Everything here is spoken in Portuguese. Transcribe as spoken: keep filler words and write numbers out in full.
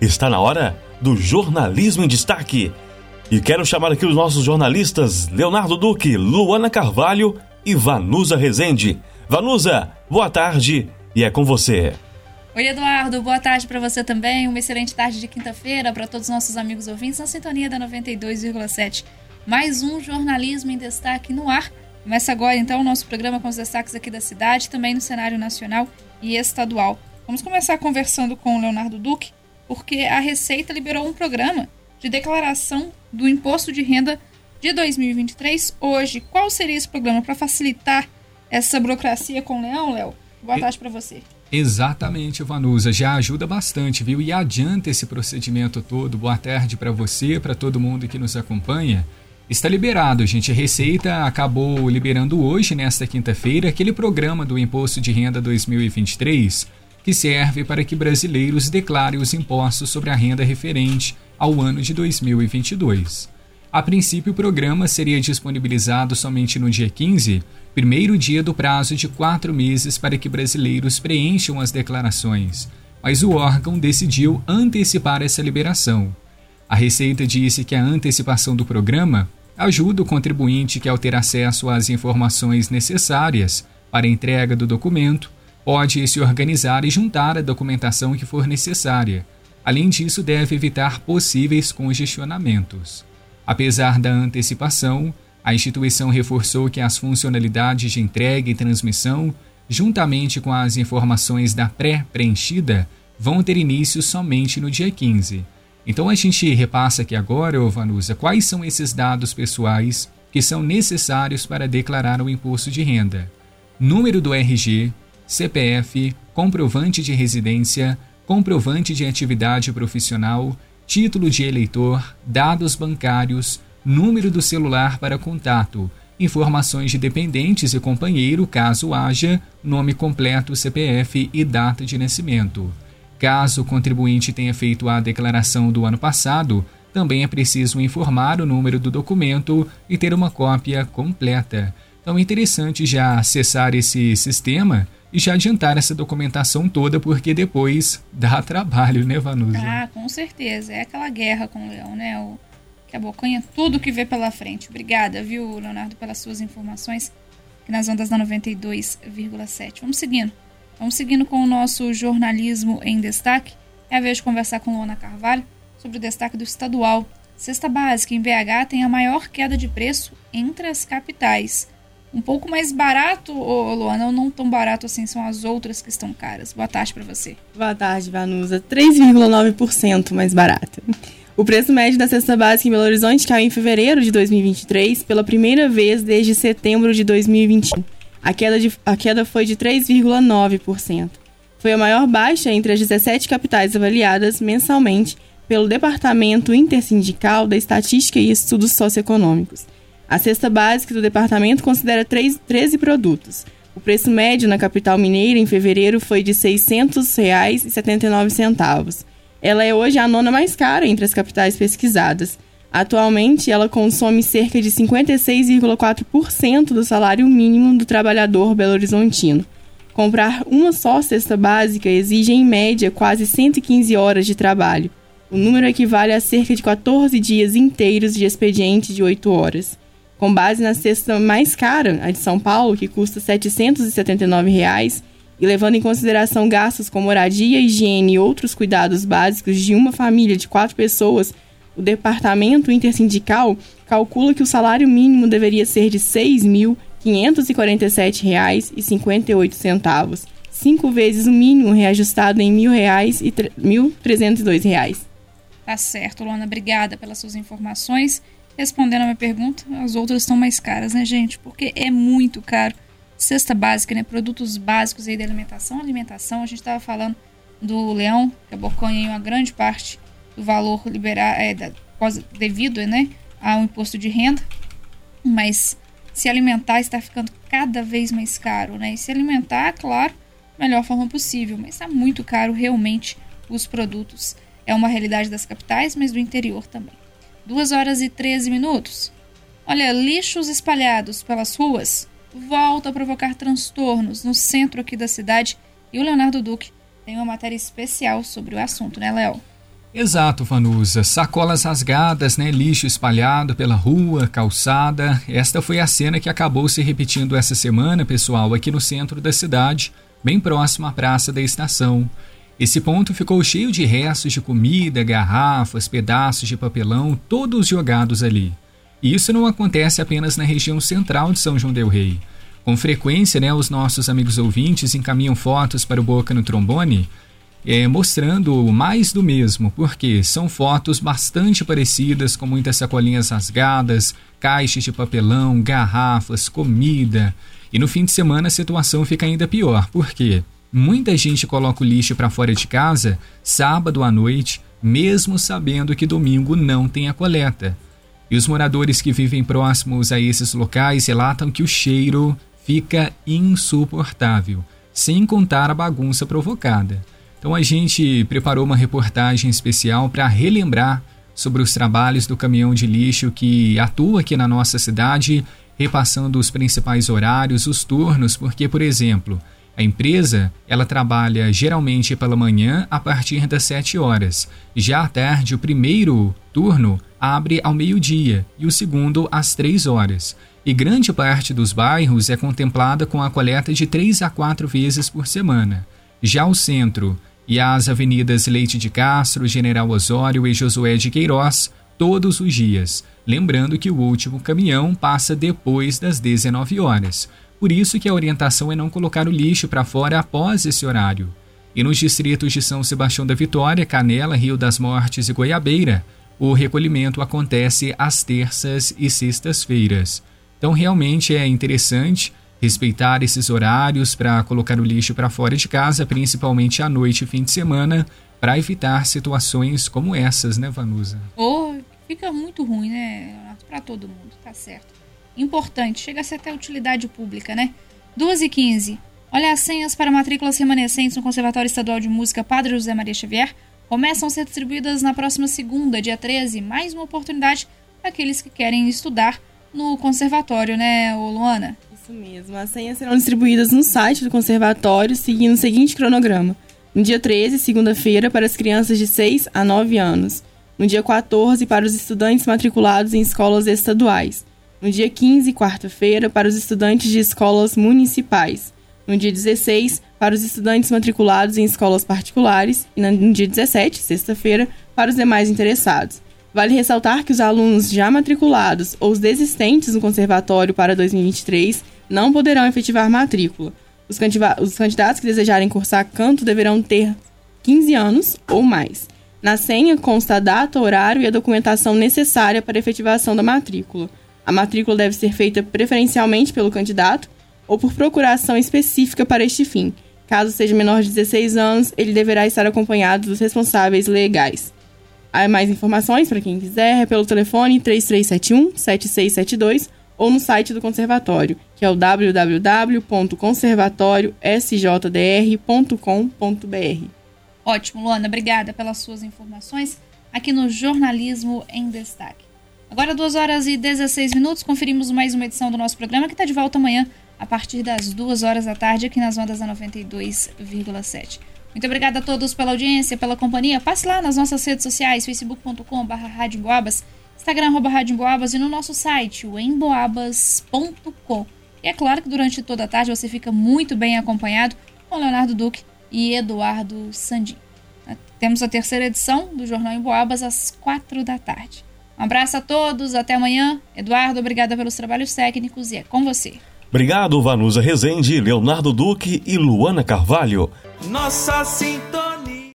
Está na hora do Jornalismo em Destaque. E quero chamar aqui os nossos jornalistas Leonardo Duque, Luana Carvalho e Vanusa Rezende. Vanusa, boa tarde e é com você. Oi, Eduardo, boa tarde para você também. Uma excelente tarde de quinta-feira para todos os nossos amigos ouvintes na sintonia da noventa e dois vírgula sete. Mais um Jornalismo em Destaque no ar. Começa agora então o nosso programa com os destaques aqui da cidade, também no cenário nacional e estadual. Vamos começar conversando com o Leonardo Duque, porque a Receita liberou um programa de declaração do Imposto de Renda de dois mil e vinte e três hoje. Qual seria esse programa para facilitar essa burocracia com o Leão, Léo? Boa tarde para você. Exatamente, Vanusa, já ajuda bastante, viu? E adianta esse procedimento todo. Boa tarde para você, para todo mundo que nos acompanha. Está liberado, gente. A Receita acabou liberando hoje, nesta quinta-feira, aquele programa do Imposto de Renda dois mil e vinte e três, que serve para que brasileiros declarem os impostos sobre a renda referente ao ano de dois mil e vinte e dois. A princípio, o programa seria disponibilizado somente no dia quinze, primeiro dia do prazo de quatro meses para que brasileiros preencham as declarações, mas o órgão decidiu antecipar essa liberação. A Receita disse que a antecipação do programa ajuda o contribuinte que, ao ter acesso às informações necessárias para a entrega do documento, pode se organizar e juntar a documentação que for necessária. Além disso, deve evitar possíveis congestionamentos. Apesar da antecipação, a instituição reforçou que as funcionalidades de entrega e transmissão, juntamente com as informações da pré-preenchida, vão ter início somente no dia quinze. Então a gente repassa aqui agora, ô Vanusa, quais são esses dados pessoais que são necessários para declarar o imposto de renda. Número do R G, C P F, comprovante de residência, comprovante de atividade profissional, título de eleitor, dados bancários, número do celular para contato, informações de dependentes e companheiro, caso haja, nome completo, C P F e data de nascimento. Caso o contribuinte tenha feito a declaração do ano passado, também é preciso informar o número do documento e ter uma cópia completa. Então é interessante já acessar esse sistema e já adiantar essa documentação toda, porque depois dá trabalho, né, Vanusa? Ah, com certeza. É aquela guerra com o leão, né? O que abocanha tudo que vê pela frente. Obrigada, viu, Leonardo, pelas suas informações aqui nas ondas da noventa e dois vírgula sete. Vamos seguindo. Vamos seguindo com o nosso Jornalismo em Destaque. É a vez de conversar com Luana Carvalho sobre o destaque do estadual. Cesta básica em B H tem a maior queda de preço entre as capitais. Um pouco mais barato, ô Luana, ou não tão barato assim, são as outras que estão caras. Boa tarde para você. Boa tarde, Vanusa. três vírgula nove por cento mais barato. O preço médio da cesta básica em Belo Horizonte caiu em fevereiro de dois mil e vinte e três pela primeira vez desde setembro de dois mil e vinte e um. A queda, de, a queda foi de três vírgula nove por cento. Foi a maior baixa entre as dezessete capitais avaliadas mensalmente pelo Departamento Intersindical da Estatística e Estudos Socioeconômicos. A cesta básica do departamento considera treze produtos. O preço médio na capital mineira em fevereiro foi de seiscentos reais e setenta e nove centavos. Ela é hoje a nona mais cara entre as capitais pesquisadas. Atualmente, ela consome cerca de cinquenta e seis vírgula quatro por cento do salário mínimo do trabalhador belo-horizontino. Comprar uma só cesta básica exige, em média, quase cento e quinze horas de trabalho. O número equivale a cerca de quatorze dias inteiros de expediente de oito horas. Com base na cesta mais cara, a de São Paulo, que custa setecentos e setenta e nove reais, e levando em consideração gastos com moradia, higiene e outros cuidados básicos de uma família de quatro pessoas, o Departamento Intersindical calcula que o salário mínimo deveria ser de seis mil quinhentos e quarenta e sete reais e cinquenta e oito centavos, cinco vezes o mínimo reajustado em mil reais e mil trezentos e dois reais. Tá certo, Luana, obrigada pelas suas informações. Respondendo a minha pergunta, as outras estão mais caras, né, gente? Porque é muito caro. Cesta básica, né? Produtos básicos aí da alimentação. Alimentação, a gente estava falando do leão, que abocanha uma grande parte do valor liberar, é, da, devido, né, ao imposto de renda. Mas se alimentar está ficando cada vez mais caro, né? E se alimentar, claro, da melhor forma possível. Mas está muito caro realmente os produtos. É uma realidade das capitais, mas do interior também. duas horas e treze minutos. Olha, lixos espalhados pelas ruas volta a provocar transtornos no centro aqui da cidade. E o Leonardo Duque tem uma matéria especial sobre o assunto, né, Léo? Exato, Vanusa. Sacolas rasgadas, né? Lixo espalhado pela rua, calçada. Esta foi a cena que acabou se repetindo essa semana, pessoal, aqui no centro da cidade, bem próximo à Praça da Estação. Esse ponto ficou cheio de restos de comida, garrafas, pedaços de papelão, todos jogados ali. E isso não acontece apenas na região central de São João del Rei. Com frequência, né, os nossos amigos ouvintes encaminham fotos para o Boca no Trombone, É, mostrando mais do mesmo, porque são fotos bastante parecidas, com muitas sacolinhas rasgadas, caixas de papelão, garrafas, comida. E no fim de semana a situação fica ainda pior, porque muita gente coloca o lixo para fora de casa sábado à noite, mesmo sabendo que domingo não tem a coleta. E os moradores que vivem próximos a esses locais relatam que o cheiro fica insuportável, sem contar a bagunça provocada. Então a gente preparou uma reportagem especial para relembrar sobre os trabalhos do caminhão de lixo que atua aqui na nossa cidade, repassando os principais horários, os turnos, porque, por exemplo, a empresa ela trabalha geralmente pela manhã a partir das sete horas. Já à tarde, o primeiro turno abre ao meio-dia e o segundo às três horas. E grande parte dos bairros é contemplada com a coleta de três a quatro vezes por semana. Já o centro e as avenidas Leite de Castro, General Osório e Josué de Queiroz, todos os dias. Lembrando que o último caminhão passa depois das dezenove horas. Por isso que a orientação é não colocar o lixo para fora após esse horário. E nos distritos de São Sebastião da Vitória, Canela, Rio das Mortes e Goiabeira, o recolhimento acontece às terças e sextas-feiras. Então realmente é interessante respeitar esses horários para colocar o lixo para fora de casa, principalmente à noite e fim de semana, para evitar situações como essas, né, Vanusa? Ou oh, fica muito ruim, né, para todo mundo, tá certo. Importante, chega a ser até utilidade pública, né? duas e quinze. Olha, as senhas para matrículas remanescentes no Conservatório Estadual de Música Padre José Maria Xavier começam a ser distribuídas na próxima segunda, dia treze. Mais uma oportunidade para aqueles que querem estudar no conservatório, né, Luana? Isso mesmo. As senhas serão distribuídas no site do conservatório, seguindo o seguinte cronograma. No dia treze, segunda-feira, para as crianças de seis a nove anos. No dia quatorze, para os estudantes matriculados em escolas estaduais. No dia quinze, quarta-feira, para os estudantes de escolas municipais. No dia dezesseis, para os estudantes matriculados em escolas particulares. E no dia dezessete, sexta-feira, para os demais interessados. Vale ressaltar que os alunos já matriculados ou os desistentes no conservatório para dois mil e vinte e três não poderão efetivar matrícula. Os, candiva- os candidatos que desejarem cursar canto deverão ter quinze anos ou mais. Na senha consta a data, horário e a documentação necessária para a efetivação da matrícula. A matrícula deve ser feita preferencialmente pelo candidato ou por procuração específica para este fim. Caso seja menor de dezesseis anos, ele deverá estar acompanhado dos responsáveis legais. Há mais informações para quem quiser é pelo telefone três três sete um, sete seis sete dois ou no site do conservatório, que é o w w w ponto conservatório s j d r ponto com ponto b r. Ótimo, Luana. Obrigada pelas suas informações aqui no Jornalismo em Destaque. Agora, duas horas e dezesseis minutos, conferimos mais uma edição do nosso programa, que está de volta amanhã, a partir das duas horas da tarde, aqui nas ondas da noventa e dois vírgula sete. Muito obrigada a todos pela audiência, pela companhia. Passe lá nas nossas redes sociais, facebook ponto com barra rádio emboabas, Instagram, arroba rádio emboabas, e no nosso site, o emboabas ponto com. E é claro que durante toda a tarde você fica muito bem acompanhado com Leonardo Duque e Eduardo Sandin. Temos a terceira edição do Jornal Emboabas às quatro da tarde. Um abraço a todos, até amanhã. Eduardo, obrigada pelos trabalhos técnicos e é com você. Obrigado, Vanusa Rezende, Leonardo Duque e Luana Carvalho. Nossa sintonia.